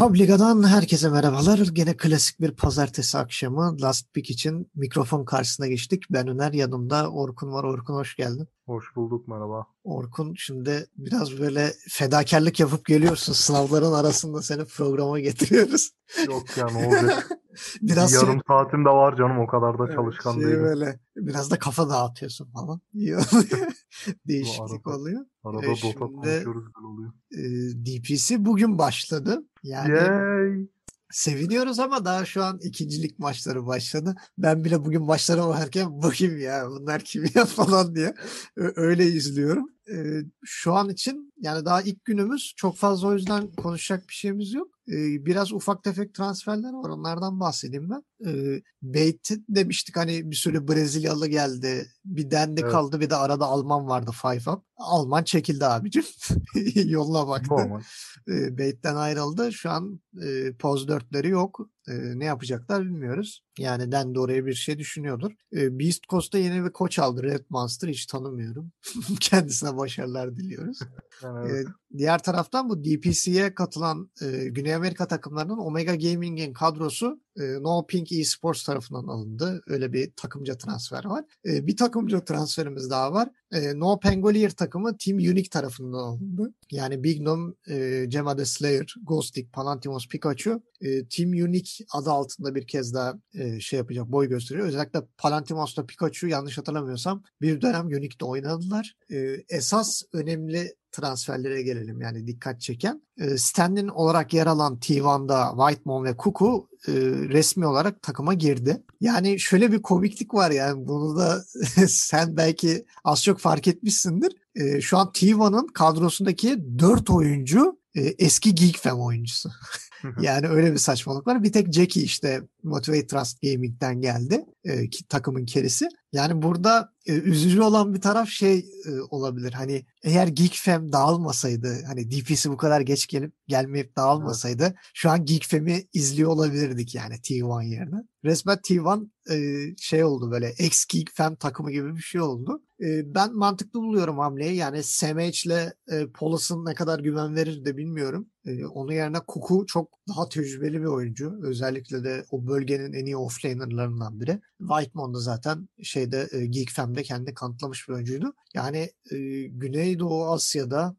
Publica'dan herkese merhabalar. Gene klasik bir pazartesi akşamı Last Pick için mikrofon karşısına geçtik. Ben Öner, yanımda Orkun var. Orkun hoş geldin. Hoş bulduk, merhaba. Orkun, şimdi biraz böyle fedakarlık yapıp geliyorsun. Sınavların arasında seni programa getiriyoruz. Yok ya, ne olacak? Biraz Yarım saatim de var canım, o kadar da çalışkan değilim. böyle biraz da kafa dağıtıyorsun falan. İyi oluyor. Değişiklik oluyor. Arada Dota Şimdi konuşuyoruz, güzel oluyor. DPC bugün başladı. Yani Yay! seviniyoruz ama daha şu an ikincilik maçları başladı. Ben bile bugün maçlara bakarken bakayım ya bunlar kim ya falan diye öyle izliyorum. Şu an için yani daha ilk günümüz, çok fazla o yüzden konuşacak bir şeyimiz yok. Biraz ufak tefek transferler var, onlardan bahsedeyim ben. Bait demiştik, hani bir sürü Brezilyalı geldi. Bir Dendi Evet, kaldı, bir de arada Alman vardı, Five Up. Alman çekildi abicim. Yoluna baktı. normal. Bait'ten ayrıldı. Şu an poz 4'leri yok. Ne yapacaklar bilmiyoruz. Yani Dendi oraya bir şey düşünüyordur. Beast Coast'ta yeni bir koç aldı. Red Monster, hiç tanımıyorum. Kendisine başarılar diliyoruz. Yani evet. Diğer taraftan bu DPC'ye katılan Güney Amerika takımlarının Omega Gaming'in kadrosu No Pink Esports tarafından alındı. Öyle bir takımca transfer var. Bir takımca transferimiz daha var. No Pangolier takımı Team Unique tarafından alındı. Yani Big Gnome, Gemma the Slayer, Ghostic, Palantimos, Pikachu Team Unique adı altında bir kez daha şey yapacak, boy gösteriyor. Özellikle Palantimos'la Pikachu, yanlış hatırlamıyorsam, bir dönem Unique'de oynadılar. Esas önemli transferlere gelelim, yani dikkat çeken. Stand-in olarak yer alan T1'da Whitemon ve Kuku resmi olarak takıma girdi. Yani şöyle bir komiklik var, yani bunu da sen belki az çok fark etmişsindir. Şu an T1'ın kadrosundaki 4 oyuncu eski Geek Fam oyuncusu. Yani öyle bir saçmalık var. Bir tek Jackie işte Motivate Trust Gaming'den geldi. Takımın kerisi. Yani burada üzücü olan bir taraf olabilir. Hani eğer Geek Fam dağılmasaydı, hani DPC bu kadar geç gelmeyip dağılmasaydı, Evet. şu an Geek Fam'i izliyor olabilirdik yani T1 yerine. Resmen T1 oldu, böyle ex Geek Fam takımı gibi bir şey oldu. Ben mantıklı buluyorum hamleyi. Yani Samage'le Polas'ın ne kadar güven verir de bilmiyorum. Onun yerine Kuku çok daha tecrübeli bir oyuncu. Özellikle de o bölgenin en iyi offlanerlarından biri. Whitemon da zaten Geek Fam'de kendini kanıtlamış bir oyuncuydu. Yani Güneydoğu Asya'da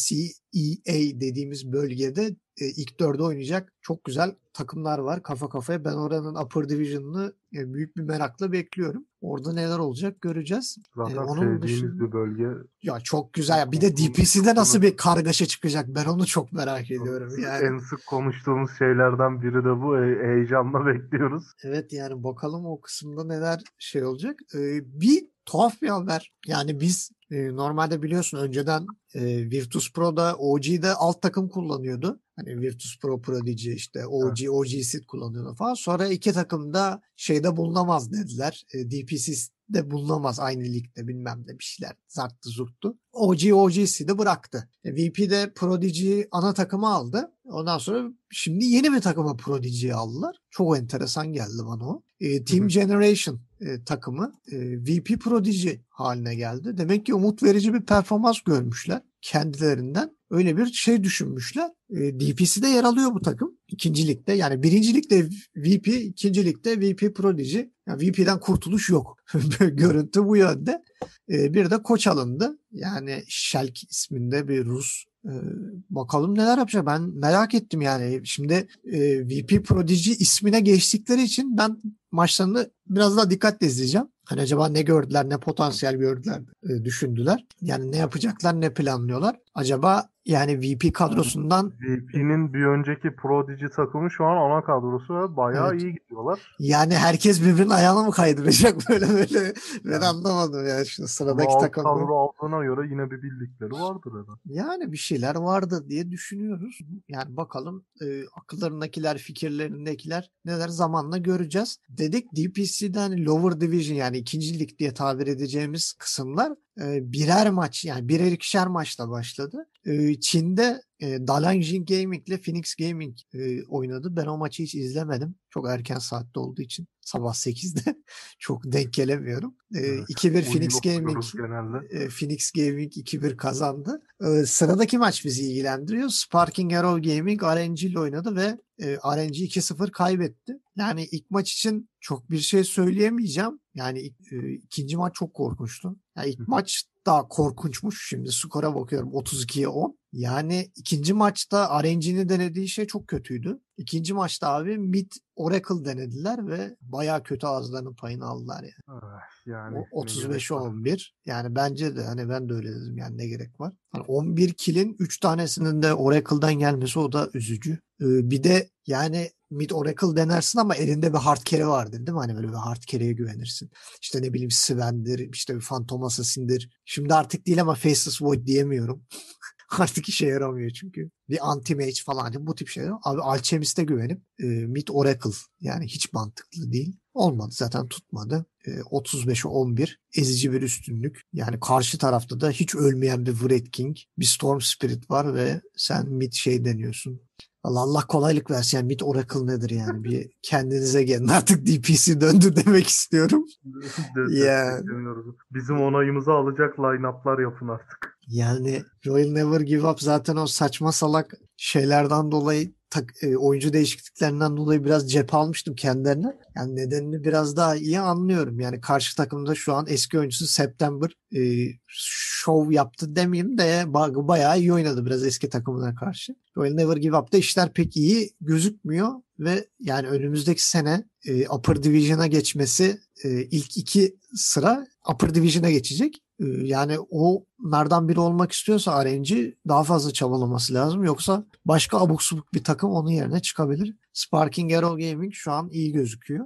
CEA dediğimiz bölgede ilk dörde oynayacak çok güzel takımlar var kafa kafaya. Ben oranın Upper Division'ını büyük bir merakla bekliyorum. Orada neler olacak göreceğiz. Zaten Onun sevdiğimiz dışında bir bölge. ya çok güzel. Bir de DPC'de nasıl bir kargaşa çıkacak, ben onu çok merak ediyorum yani. En sık konuştuğumuz şeylerden biri de bu. Heyecanla bekliyoruz. Evet, yani bakalım o kısımda neler olacak. Bir tuhaf bir haber. Yani biz normalde biliyorsun önceden Virtus Pro'da OG'de alt takım kullanıyordu. Hani Virtus Pro Prodigy, işte Evet. OG Seed kullanıyordu falan. Sonra iki takım da bulunamaz dediler. DPC'de bulunamaz aynı ligde, bilmem ne bir şeyler zarttı zurttu. OG Seed'i bıraktı. VP'de Prodigy ana takımı aldı. Ondan sonra şimdi yeni bir takıma Prodigy'yi aldılar. Çok enteresan geldi bana o. Team Generation takımı VP Prodigy haline geldi. Demek ki umut verici bir performans görmüşler kendilerinden. Öyle bir düşünmüşler. DPC'de yer alıyor bu takım. İkinci ligde, yani birinci ligde VP, ikinci ligde VP Prodigy. Yani VP'den kurtuluş yok. Görüntü bu yönde. Bir de koç alındı. Yani Şelk isminde bir Rus. Bakalım neler yapacak. Ben merak ettim yani. Şimdi VP Prodigy ismine geçtikleri için ben maçlarını biraz daha dikkatle izleyeceğim. Hani acaba ne gördüler, ne potansiyel gördüler, düşündüler. Yani ne yapacaklar, ne planlıyorlar. Acaba yani VP kadrosundan VP'nin bir önceki Prodigy takımı şu an ana kadrosu ve bayağı evet. iyi gidiyorlar. Yani herkes birbirinin ayağına mı kaydıracak böyle? Ben Yani anlamadım ya, şimdi ama sıradaki alt takımda. kadro aldığına göre yine bir bildikleri vardır herhalde. Yani bir şeyler vardı diye düşünüyoruz. Yani bakalım akıllarındakiler, fikirlerindekiler neler, zamanla göreceğiz. Dedik DPC'den Lower Division, yani ikinci lig diye tabir edeceğimiz kısımlar birer maç, yani birer ikişer maçla başladı. Çin'de Dalanjin Gaming ile Phoenix Gaming oynadı. Ben o maçı hiç izlemedim. Çok erken saatte olduğu için sabah 8'de çok denk gelemiyorum. Evet. 2-1 Oyun Phoenix Gaming okuyoruz genelde. Phoenix Gaming 2-1 kazandı. Sıradaki maç bizi ilgilendiriyor. Sparking Arrow Gaming RNG ile oynadı ve RNG 2-0 kaybetti. Yani ilk maç için çok bir şey söyleyemeyeceğim. Yani ikinci maç çok korkunçtu. Yani ilk maç daha korkunçmuş. Şimdi skora bakıyorum 32'ye 10. Yani ikinci maçta RNG'nin denediği şey çok kötüydü. İkinci maçta abi Mid Oracle denediler ve bayağı kötü ağızlarının payını aldılar yani. Yani ne gerek 35'e var? 11. Yani bence de hani ben de öyle dedim yani ne gerek var. Hani 11 kill'in 3 tanesinin de Oracle'dan gelmesi o da üzücü. Bir de yani Mid Oracle denersin ama elinde bir hard carry vardır değil mi? Hani böyle bir hard carry'e güvenirsin. İşte ne bileyim Sven'dir, işte bir Phantom Assassin'dir. Şimdi artık değil ama Faceless Void diyemiyorum. Artık işe yaramıyor çünkü. Bir anti-mage falan bu tip şeyler. Abi Alchemist'e güvenip Mid Oracle yani hiç mantıklı değil. Olmadı zaten tutmadı. 35'e 11 ezici bir üstünlük. Yani karşı tarafta da hiç ölmeyen bir Wraith King, bir Storm Spirit var ve sen mid şey deniyorsun. Allah kolaylık versin. Yani mid Oracle nedir yani? Bir kendinize gelin. Artık DPC döndü demek istiyorum. Yani Desteklemiyoruz. Bizim onayımızı alacak line-up'lar yapın artık. Yani Royal Never Give Up zaten o saçma salak şeylerden dolayı oyuncu değişikliklerinden dolayı biraz cep almıştım kendilerine. Yani nedenini biraz daha iyi anlıyorum. Yani karşı takımda şu an eski oyuncusu September şov yaptı demeyeyim de bayağı iyi oynadı biraz eski takımına karşı. Royal Never Give Up'ta işler pek iyi gözükmüyor ve yani önümüzdeki sene Upper Division'a geçmesi ilk 2 sıra Upper Division'a geçecek. Yani onlardan biri olmak istiyorsa RNG daha fazla çabalaması lazım. Yoksa başka abuk subuk bir takım onun yerine çıkabilir. Sparking Arrow Gaming şu an iyi gözüküyor.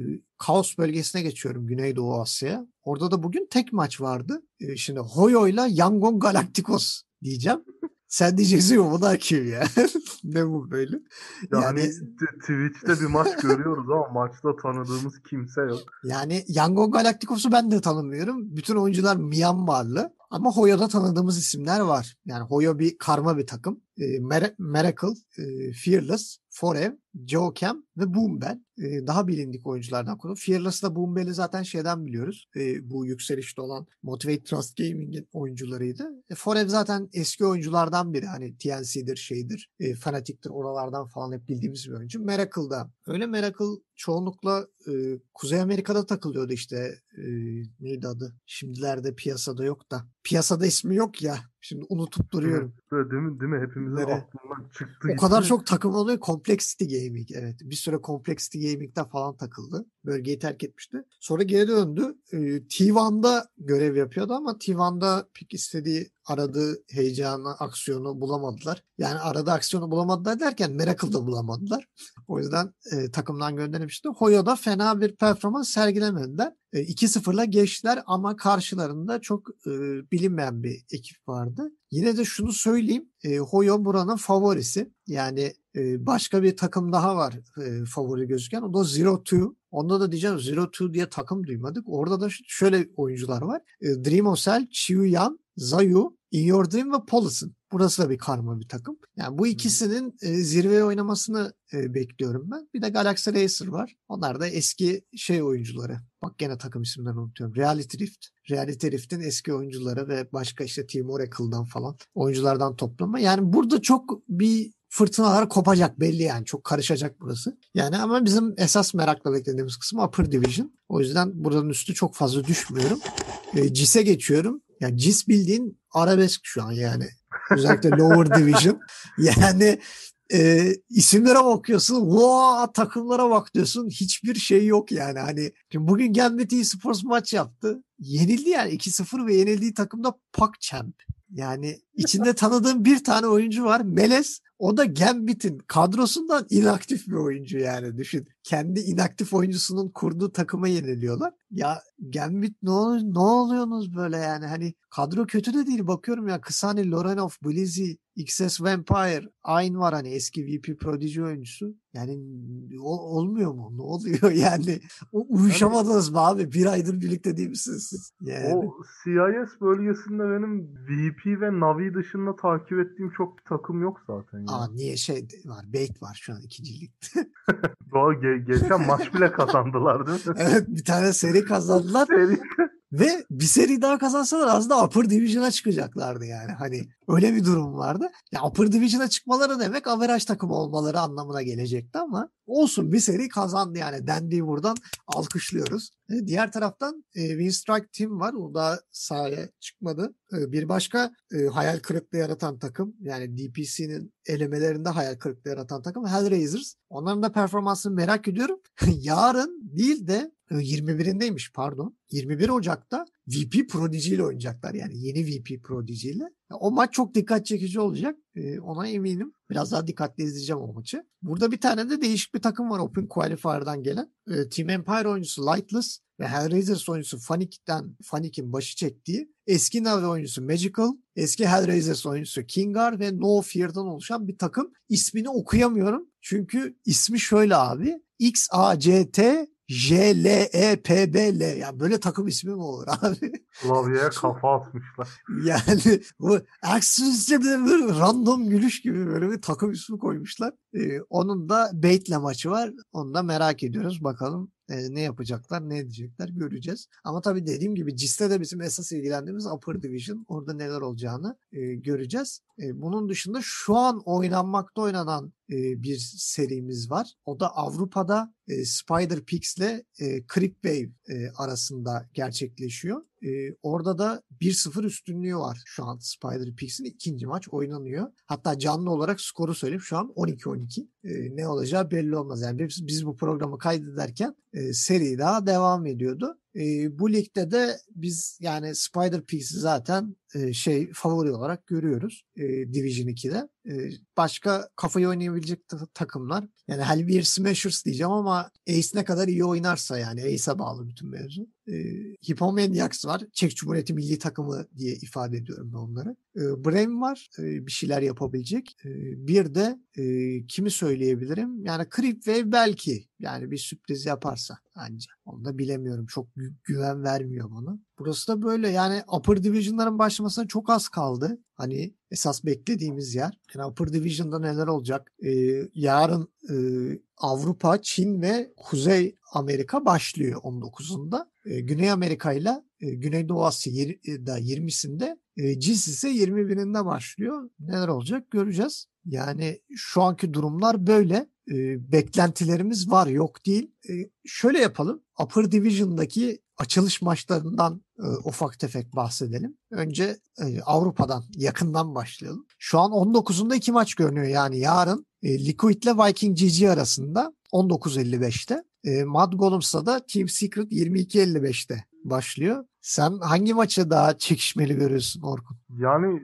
Kaos bölgesine geçiyorum Güneydoğu Asya'ya. Orada da bugün tek maç vardı. Şimdi Hoyo ile Yangon Galacticos diyeceğim. Sen diyeceksin ya bu da kim ya? Ne bu böyle? Yani Yani Twitch'te bir maç görüyoruz ama maçta tanıdığımız kimse yok. Yani Yangon Galacticos'u ben de tanımıyorum. Bütün oyuncular Myanmarlı. Ama Hoyo'da tanıdığımız isimler var. Yani Hoyo bir karma bir takım. Miracle, Fearless, Forev, Jokem ve Boombel. Daha bilindik oyunculardan konu. Fearless'la Boombel'i zaten şeyden biliyoruz. Bu yükselişte olan Motivate Trust Gaming'in oyuncularıydı. Forev zaten eski oyunculardan biri. Hani TNC'dir, şeydir, Fnatic'tir oralardan falan hep bildiğimiz bir oyuncu. Miracle'da. Öyle Miracle çoğunlukla Kuzey Amerika'da takılıyordu işte. Neydi adı? Şimdilerde piyasada yok da. Piyasada ismi yok ya. Şimdi unutup duruyorum. Böyle değil mi? Hepimizin aklından çıktı O kadar gitti. çok takım oluyor. Complexity Gaming. Evet. Bir süre Complexity Gaming'de falan takıldı. Bölgeyi terk etmişti. Sonra geri döndü. T1'da görev yapıyordu ama T1'da pek istediği aradığı heyecanı, aksiyonu bulamadılar. Yani aradığı aksiyonu bulamadılar derken Miracle'da bulamadılar. O yüzden takımdan gönderilmişti. Hoyo'da fena bir performans sergilemediler. 2-0'la geçtiler ama karşılarında çok bilinmeyen bir ekip vardı. Yine de şunu söyleyeyim. Hoyo buranın favorisi. Yani başka bir takım daha var favori gözüken. O da Zero Two. Onda da diyeceğim Zero Two diye takım duymadık. Orada da şöyle oyuncular var. Dreamosel, Chiuyan, Zayu, In Your Dream ve Polisin. Burası da bir karma bir takım. Yani bu ikisinin zirveye oynamasını bekliyorum ben. Bir de Galaxy Racer var. Onlar da eski şey oyuncuları. Bak gene takım isimlerini unutuyorum. Reality Rift. Reality Rift'in eski oyuncuları ve başka işte Team Oracle'dan falan oyunculardan toplama. Yani burada çok bir fırtınalar kopacak belli yani. Çok karışacak burası. Yani ama bizim esas merakla beklediğimiz kısım Upper Division. O yüzden buranın üstü çok fazla düşmüyorum. CIS'e geçiyorum. Yani CIS bildiğin arabesk şu an yani. Özellikle Lower Division. Yani isimlere bakıyorsun. Wow, takımlara bak diyorsun. Hiçbir şey yok yani. Hani şimdi bugün Gambit eSports maç yaptı. Yenildi yani 2-0 ve yenildiği takımda PAC Champ. Yani içinde tanıdığım bir tane oyuncu var. Melez. O da Gambit'in kadrosundan inaktif bir oyuncu yani düşün. Kendi inaktif oyuncusunun kurduğu takıma yeniliyorlar. Ya Gambit ne oluyorsunuz böyle yani hani kadro kötü de değil bakıyorum ya Kısani, Lorenov, Blizzy, XS Vampire, Ayn var hani eski VP Prodigy oyuncusu. Yani olmuyor mu? Ne oluyor yani? Yani Uyuşamadınız mı abi? Bir aydır birlikte değil misiniz siz? Yani. o CIS bölgesinde benim VP ve Navi dışında takip ettiğim çok bir takım yok zaten ya. Niye şey var? Bait var şu an ikincilik. Doğa geçen maç bile kazandılar değil mi? Evet bir tane seri kazandılar. Seri. Ve bir seri daha kazansalar aslında Upper Division'a çıkacaklardı yani. Hani öyle bir durum vardı. Ya Upper Division'a çıkmaları demek average takım olmaları anlamına gelecekti ama olsun bir seri kazandı yani. Dandy'yi buradan alkışlıyoruz. Diğer taraftan Winstrike Team var. O da sahaya çıkmadı. Bir başka hayal kırıklığı yaratan takım yani DPC'nin elemelerinde hayal kırıklığı yaratan takım Hellraisers. Onların da performansını merak ediyorum. Yarın değil de 21'indeymiş pardon. 21 Ocak'ta VP Prodigy ile oynayacaklar yani yeni VP Prodigy ile. O maç çok dikkat çekici olacak. Ona eminim. Biraz daha dikkatli izleyeceğim o maçı. Burada bir tane de değişik bir takım var Open Qualifier'dan gelen. Team Empire oyuncusu Lightless ve Hellraisers oyuncusu Fanik'in başı çektiği eski Navi oyuncusu Magical, eski Hellraisers oyuncusu Kingar ve No Fear'dan oluşan bir takım. İsmini okuyamıyorum. Çünkü ismi şöyle abi. XACT JLEPBL ya böyle takım ismi mi olur abi? Klavyeye kafa atmışlar. Yani bu random gülüş gibi böyle bir takım ismi koymuşlar. Onun da Bait'le maçı var. Onu da merak ediyoruz. Bakalım ne yapacaklar, ne edecekler göreceğiz. Ama tabii dediğim gibi CIS'te de bizim esas ilgilendiğimiz Upper Division. Orada neler olacağını göreceğiz. Bunun dışında şu an oynanan bir serimiz var. O da Avrupa'da Spider Pix ile Creep Wave arasında gerçekleşiyor. Orada da 1-0 üstünlüğü var şu an Spider Pix'in ikinci maç oynanıyor. Hatta canlı olarak skoru söyleyeyim şu an 12-12. Ne olacağı belli olmaz. Yani biz bu programı kaydederken seri daha devam ediyordu. Bu ligde de biz yani Spider Pix'i zaten favori olarak görüyoruz Division 2'de. Başka kafayı oynayabilecek takımlar yani Helvier Smashers diyeceğim ama Ace ne kadar iyi oynarsa yani Ace'e bağlı bütün mevzu. Hippomaniacs var. Çek Cumhuriyeti Milli Takımı diye ifade ediyorum ben onları. Brem var. Bir şeyler yapabilecek. Bir de kimi söyleyebilirim? Yani Creep Wave belki. Yani bir sürpriz yaparsa anca. Onu da bilemiyorum. Çok güven vermiyor bana. Burası da böyle yani Upper Division'ların başlamasına çok az kaldı. Hani esas beklediğimiz yer. Yani Upper Division'da neler olacak? Yarın Avrupa, Çin ve Kuzey Amerika başlıyor 19'unda. Güney Amerika ile Güneydoğu Asya'da 20'sinde CIS ise 21'inde başlıyor. Neler olacak göreceğiz. Yani şu anki durumlar böyle. Beklentilerimiz var yok değil. Şöyle yapalım. Upper Division'daki açılış maçlarından ufak tefek bahsedelim. Önce Avrupa'dan yakından başlayalım. Şu an 19'unda 2 maç görünüyor. Yani yarın Liquid ile Viking GG arasında 19.55'te. Mad Golems'ta da Team Secret 22.55'te başlıyor. Sen hangi maçı daha çekişmeli görüyorsun Orkun? Yani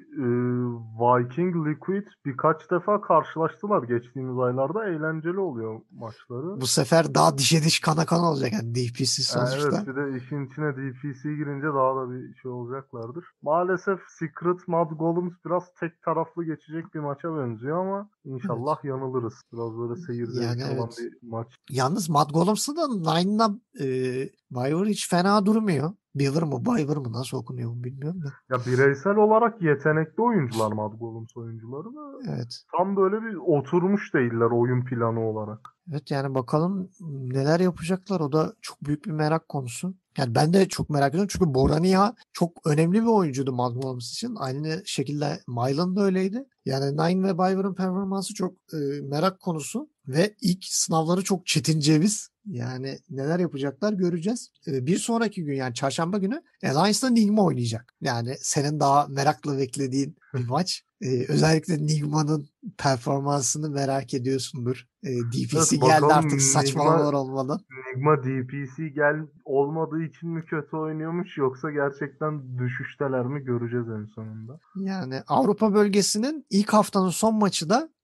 Viking Liquid birkaç defa karşılaştılar geçtiğimiz aylarda. Eğlenceli oluyor maçları. Bu sefer daha dişe diş kana kana olacak yani DPC Evet, sonuçta. bir de işin içine DPC girince daha da bir şey olacaklardır. Maalesef Secret Mad Golems biraz tek taraflı geçecek bir maça benziyor ama inşallah Evet. yanılırız. Biraz böyle seyir Yani zevki olan evet. bir maç. Yalnız Mad Golems'ta da Nine'la Wyvern hiç fena durmuyor. Beaver mı Wyvern mı nasıl okunuyor mu bilmiyorum da. Ya bireysel olarak yetenekli oyuncular Mad Golems oyuncuları da Evet. tam böyle bir oturmuş değiller oyun planı olarak. Evet yani bakalım neler yapacaklar. O da çok büyük bir merak konusu. Yani ben de çok merak ediyorum. Çünkü Borania çok önemli bir oyuncuydu Mad Golems için. Aynı şekilde Mylan da öyleydi. Yani Nine ve Byver'ın performansı çok merak konusu. Ve ilk sınavları çok çetin ceviz. Yani neler yapacaklar göreceğiz. Bir sonraki gün yani çarşamba günü Alliance'da Nigma oynayacak. Yani senin daha merakla beklediğin bir maç. Özellikle Nigma'nın performansını merak ediyorsundur. DPC Evet, geldi bakalım artık saçmalamalar olmadan. Nigma DPC olmadığı için mi kötü oynuyormuş yoksa gerçekten düşüşteler mi göreceğiz en sonunda. Yani Avrupa bölgesinin ilk haftanın son maçı da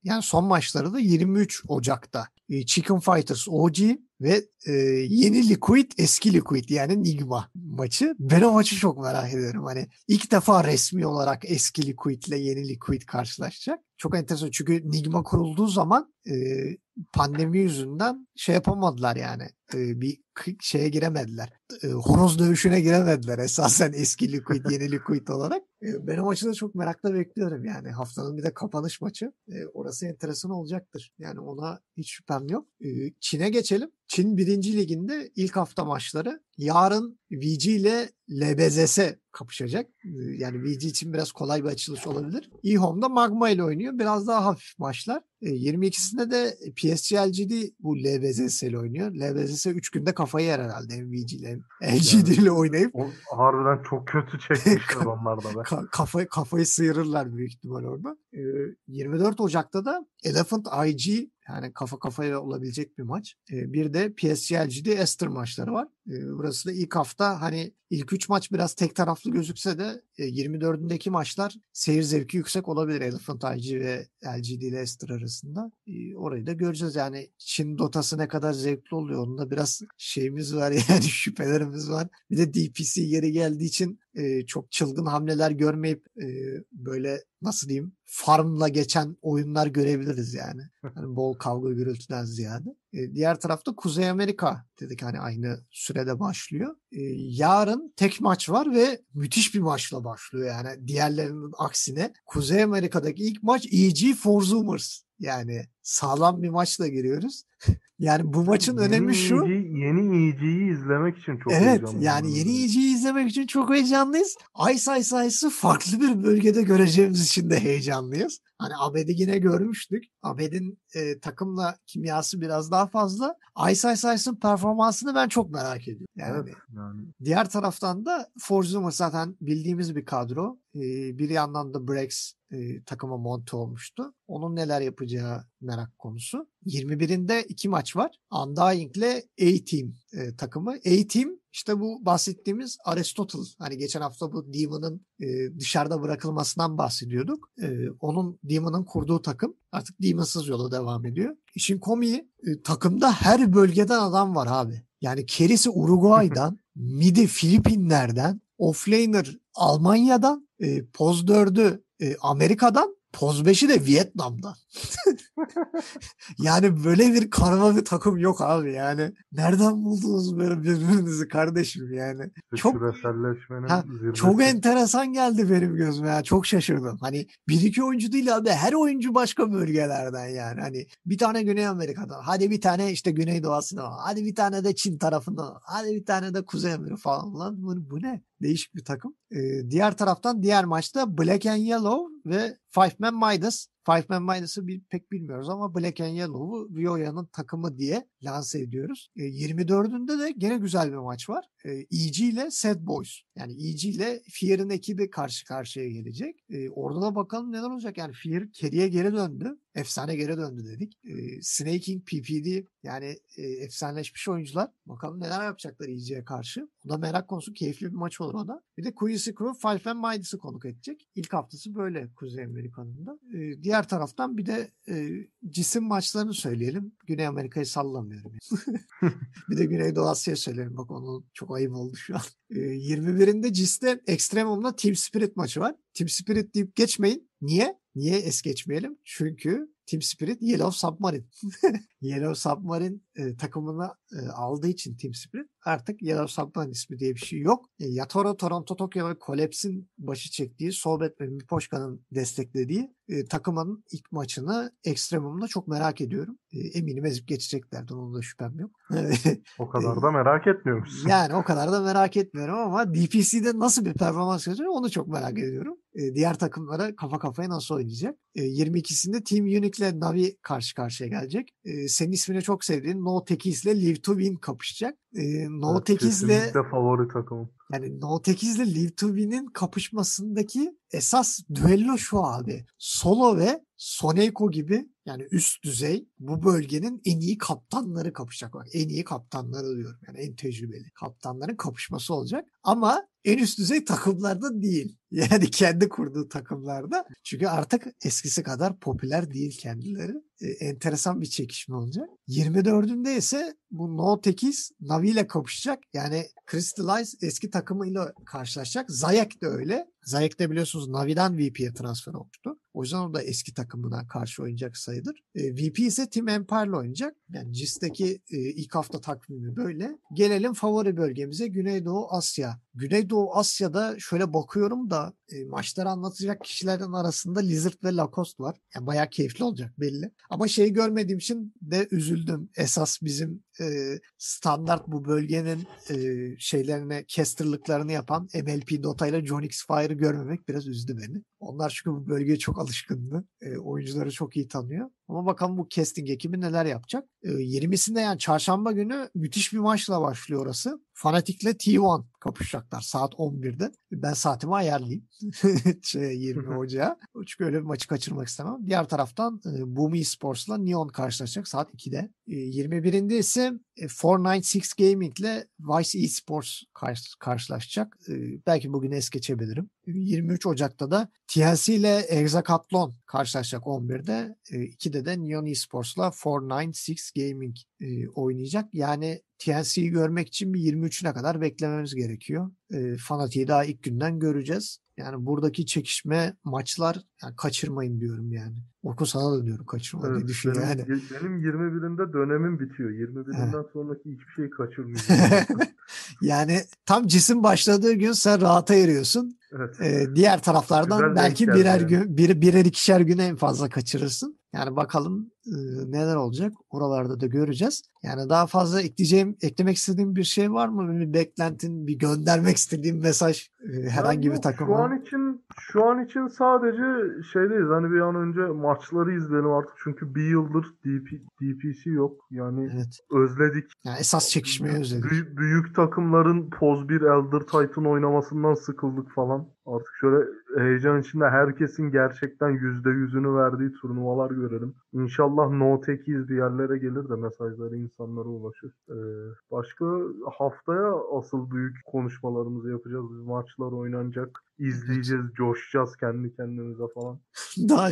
Yani son maçları da 23 Ocak'ta. Chicken Fighters OG ve yeni Liquid eski Liquid yani Nigma maçı. Ben o maçı çok merak ediyorum. Hani ilk defa resmi olarak eski Liquid ile yeni Liquid karşılaşacak. Çok enteresan çünkü Nigma kurulduğu zaman pandemi yüzünden şey yapamadılar yani. Bir şeye giremediler. Horoz dövüşüne giremediler esasen eski Liquid yeni Liquid olarak. Ben o maçı da çok merakla bekliyorum yani. Haftanın bir de kapanış maçı. Orası enteresan olacaktır. Yani ona hiç şüphem yok. Çin'e geçelim. Çin 1. Liginde ilk hafta maçları. Yarın VG ile LBZS kapışacak. Yani VG için biraz kolay bir açılış olabilir. eHome'da Magma ile oynuyor. Biraz daha hafif maçlar. 22'sinde de PSG LGD bu LBZS ile oynuyor. LBZS 3 günde kafayı yer herhalde hem VG ile hem LGD ile oynayıp. O harbiden çok kötü çekmişler onlar da be. Kafayı sıyırırlar büyük ihtimal orada. 24 Ocak'ta da Elephant IG yani kafa kafaya olabilecek bir maç. Bir de PSG LGD Esther maçları var. Burası da ilk hafta hani ilk 3 maç biraz tek taraflı gözükse de 24'ündeki maçlar seyir zevki yüksek olabilir Elephant IG ve LGD ile Esther arasında. Orayı da göreceğiz yani Çin Dota'sı ne kadar zevkli oluyor. Onda biraz şeyimiz var yani şüphelerimiz var. Bir de DPC geri geldiği için çok çılgın hamleler görmeyip böyle nasıl diyeyim farmla geçen oyunlar görebiliriz yani. Yani bol kavga gürültüden ziyade. Diğer tarafta Kuzey Amerika dedik hani aynı sürede başlıyor. Yarın tek maç var ve müthiş bir maçla başlıyor yani diğerlerinin aksine. Kuzey Amerika'daki ilk maç EG for Zoomers. Yani sağlam bir maçla giriyoruz. Yani bu maçın önemi şu. Yeni EG'yi izlemek için çok evet, heyecanlıyım. yani yeni EG'yi izlemek için çok heyecanlıyız. Ice Ice'ı farklı bir bölgede göreceğimiz için de heyecanlıyız. Hani Abed'i yine görmüştük. Abed'in takımla kimyası biraz daha fazla. Ice'ın performansını ben çok merak ediyorum. Yani, evet, yani. Diğer taraftan da Forzumer zaten bildiğimiz bir kadro. Bir yandan da Brex takıma monte olmuştu. Onun neler yapacağı merak konusu. 21'inde 2 maç var. Undying ile A-Team takımı. A-Team işte bu bahsettiğimiz Aristotle. Hani geçen hafta bu Demon'ın dışarıda bırakılmasından bahsediyorduk. Onun Demon'ın kurduğu takım artık Demon'sız yola devam ediyor. İşin komiği takımda her bölgeden adam var abi. Yani Kerisi Uruguay'dan, Midi Filipinler'den, Offlaner Almanya'dan, Poz 4'ü Amerika'dan, Poz 5'i de Vietnam'dan. Yani böyle bir karma bir takım yok abi yani. Nereden buldunuz böyle birbirinizi kardeşim yani? Küreselleşmenin Çok zirvesi. enteresan geldi benim gözüme ya. Çok şaşırdım. Hani bir iki oyuncu değil abi. Her oyuncu başka bölgelerden yani. Hani bir tane Güney Amerika'dan. Hadi bir tane işte Güneydoğu Asya'dan. Hadi bir tane de Çin tarafından. Hadi bir tane de Kuzey Amerika falan. Lan bu ne? Değişik bir takım. Diğer taraftan diğer maçta Black and Yellow ve Five Man Midas. Five Man Midas'ı pek bilmiyoruz ama Black and Yellow'u Rioya'nın takımı diye lanse ediyoruz. 24'ünde de gene güzel bir maç var. EG ile Sad Boys. Yani EG ile Fear'ın ekibi karşı karşıya gelecek. Orada da bakalım neler olacak. Yani Fear Kerry'e geri döndü. Efsane geri döndü dedik. Snaking, PPD yani efsaneleşmiş oyuncular. Bakalım neler yapacaklar EG'ye karşı. O da merak konusu. Keyifli bir maç olur o da. Bir de Quincy Crew, Five and Midas'ı konuk edecek. İlk haftası böyle Kuzey Amerika'nın da. Diğer taraftan bir de cisim maçlarını söyleyelim. Güney Amerika'yı sallamıyorum. Bir de Güneydoğu Asya'yı söyleyelim. Bak onu çok ayıp oldu şu an. 21'inde CIS'te Extremum'la Team Spirit maçı var. Team Spirit deyip geçmeyin. Niye? Niye es geçmeyelim? Çünkü Team Spirit Yellow Submarine. Yellow Submarine takımını aldığı için Team Spirit artık Yellow Submarine ismi diye bir şey yok. Yatoro, Toronto, Tokyo ve Collapse'in başı çektiği, Sohbet ve Mipoşka'nın desteklediği takımın ilk maçını Extremum'da çok merak ediyorum. Eminim ezip geçeceklerdir. Onun da şüphem yok. O kadar da merak etmiyormuşsun. Yani o kadar da merak etmiyorum ama DPC'de nasıl bir performans gösteriyor onu çok merak ediyorum. Diğer takımlara kafa kafaya nasıl oynayacak? 22'sinde Team Unique ile Navi karşı karşıya gelecek. Senin ismini çok sevdiğin No Techies ile Live to Win kapışacak. No Techies ile kesinlikle favori takımım. yani No Techies ile Live to Win'in kapışmasındaki esas düello şu abi. Solo ve Soneko gibi yani üst düzey bu bölgenin en iyi kaptanları kapışacak. Bak, en iyi kaptanları diyorum. Yani en tecrübeli kaptanların kapışması olacak. Ama en üst düzey takımlarda değil. Yani kendi kurduğu takımlarda. Çünkü artık eskisi kadar popüler değil kendileri. Enteresan bir çekişme olacak. 24'ünde ise bu No8 Navi ile kapışacak. Yani Crystallize eski takımıyla karşılaşacak. Zayek de öyle. Zayek de biliyorsunuz Navi'den VP'ye transfer olmuştu. O yüzden o da eski takımına karşı oynayacak sayılır. VP ise Team Empire'la oynayacak. Yani GIS'teki ilk hafta takvimi böyle. Gelelim favori bölgemize Güneydoğu Asya. Güneydoğu Asya'da şöyle bakıyorum da maçları anlatacak kişilerin arasında Lizard ve Lacoste var. Yani bayağı keyifli olacak belli. Ama şeyi görmediğim için de üzüldüm. Esas bizim standart bu bölgenin şeylerine, casterlıklarını yapan MLP Dota ile John X Fire'ı görmemek biraz üzdü beni. Onlar çünkü bu bölgeye çok alışkındı. Oyuncuları çok iyi tanıyor. Ama bakalım bu casting ekibi neler yapacak. 20'sinde yani çarşamba günü müthiş bir maçla başlıyor orası. Fnatic'le T1 kapışacaklar saat 11'de. Ben saatimi ayarlayayım. 20 Ocağı. Çünkü öyle bir maçı kaçırmak istemem. Diğer taraftan Boom Esports'la Neon karşılaşacak saat 2'de. 21'inde ise 496 Gaming ile Vice Esports karşılaşacak. Belki bugün es geçebilirim. 23 Ocak'ta da TLC ile Hexacathlon karşılaşacak 11'de. 2'de de Neon Esports'la 496 Gaming oynayacak. Yani TLC'yi görmek için bir 23'üne kadar beklememiz gerekiyor. Fanatik'i daha ilk günden göreceğiz. Yani buradaki çekişme maçlar yani kaçırmayın diyorum yani. Orkun sana da diyorum kaçırma diye düşün yani. Benim 21'inde dönemim bitiyor. 21'inden sonraki hiçbir şey kaçırmayacağım. Yani tam cisim başladığı gün sen rahata eriyorsun. Evet. Diğer taraflardan Güzel belki denk birer geldi gün, birer ikişer güne en fazla kaçırırsın. Yani bakalım neler olacak. Oralarda da göreceğiz. Yani daha fazla eklemek istediğim bir şey var mı? Bir beklentin, bir göndermek istediğim mesaj herhangi bir takıma? Şu an için sadece şeydeyiz. Hani bir an önce maçları izleyelim artık. Çünkü bir yıldır DPC yok. Yani Evet. özledik. Yani esas çekişmeyi özledik. Büyük takımların Poz 1 Elder Titan oynamasından sıkıldık falan. Artık şöyle heyecan içinde herkesin gerçekten %100'ünü verdiği turnuvalar görelim. İnşallah No 8 bir yerlere gelir de mesajları insanlara ulaşır. Başka haftaya asıl büyük konuşmalarımızı yapacağız. Biz maçlar oynanacak. İzleyeceğiz, coşacağız kendi kendimize falan. Daha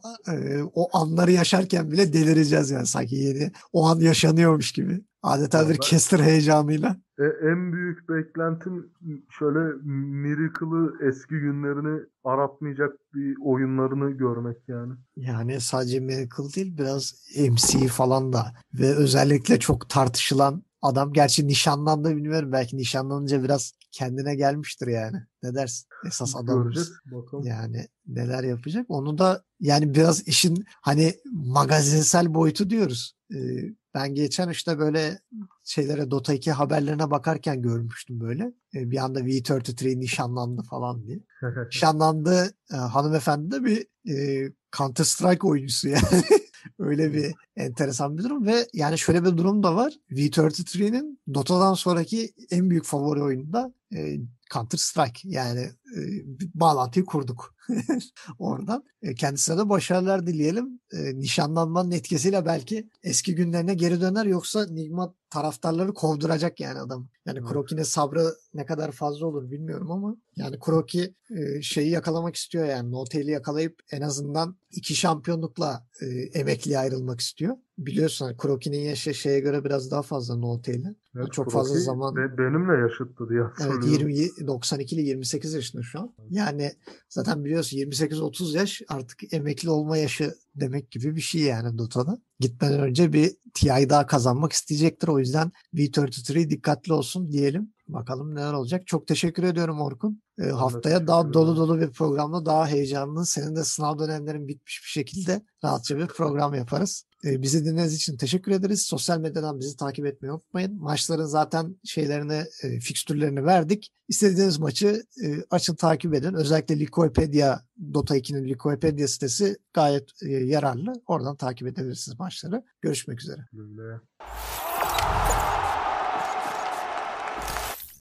o anları yaşarken bile delireceğiz yani sanki yeni. O an yaşanıyormuş gibi. Adeta bir caster heyecanıyla. En büyük beklentim şöyle Miracle'ı eski günlerini aratmayacak bir oyunlarını görmek yani. Yani sadece Miracle değil biraz MC falan da ve özellikle çok tartışılan adam gerçi nişanlandı bilmiyorum belki nişanlanınca biraz kendine gelmiştir yani. Ne dersin? Esas adamımız. Göreceğiz bakalım. Yani neler yapacak? Onu da yani biraz işin hani magazinsel boyutu diyoruz. Ben geçen işte böyle şeylere Dota 2 haberlerine bakarken görmüştüm böyle. Bir anda V33 nişanlandı falan diye. Nişanlandı hanımefendi de bir Counter Strike oyuncusu yani. Öyle bir enteresan bir durum ve yani şöyle bir durum da var. V33'nin Dota'dan sonraki en büyük favori oyunu da Counter Strike. Yani bağlantıyı kurduk oradan. Kendisine de başarılar dileyelim. Nişanlanmanın etkisiyle belki eski günlerine geri döner yoksa Nigma taraftarları kovduracak yani adam. Yani Evet. Kroki'nin sabrı ne kadar fazla olur bilmiyorum ama yani Kroki şeyi yakalamak istiyor yani Notel'i yakalayıp en azından 2 şampiyonlukla emekliye ayrılmak istiyor. Biliyorsun hani Kroki'nin yaşı şeye göre biraz daha fazla Notel'i. Evet, Çok Kroki fazla zaman benimle yaşıttı diye evet hatırlıyorum. 92'li 28 yaşında şu an. Yani zaten biliyorsun 28-30 yaş artık emekli olma yaşı demek gibi bir şey yani Dota'da. Gitmeden önce bir TI daha kazanmak isteyecektir. O yüzden V33 dikkatli olsun diyelim. Bakalım neler olacak. Çok teşekkür ediyorum Orkun. Haftaya daha dolu dolu bir programla daha heyecanlı. Senin de sınav dönemlerin bitmiş bir şekilde rahatça bir program yaparız. Bizi dinlediğiniz için teşekkür ederiz. Sosyal medyadan bizi takip etmeyi unutmayın. Maçların zaten şeylerini, fikstürlerini verdik. İstediğiniz maçı açın takip edin. Özellikle Likopedia, Dota 2'nin Likopedia sitesi gayet yararlı. Oradan takip edebilirsiniz maçları. Görüşmek üzere. Öyle.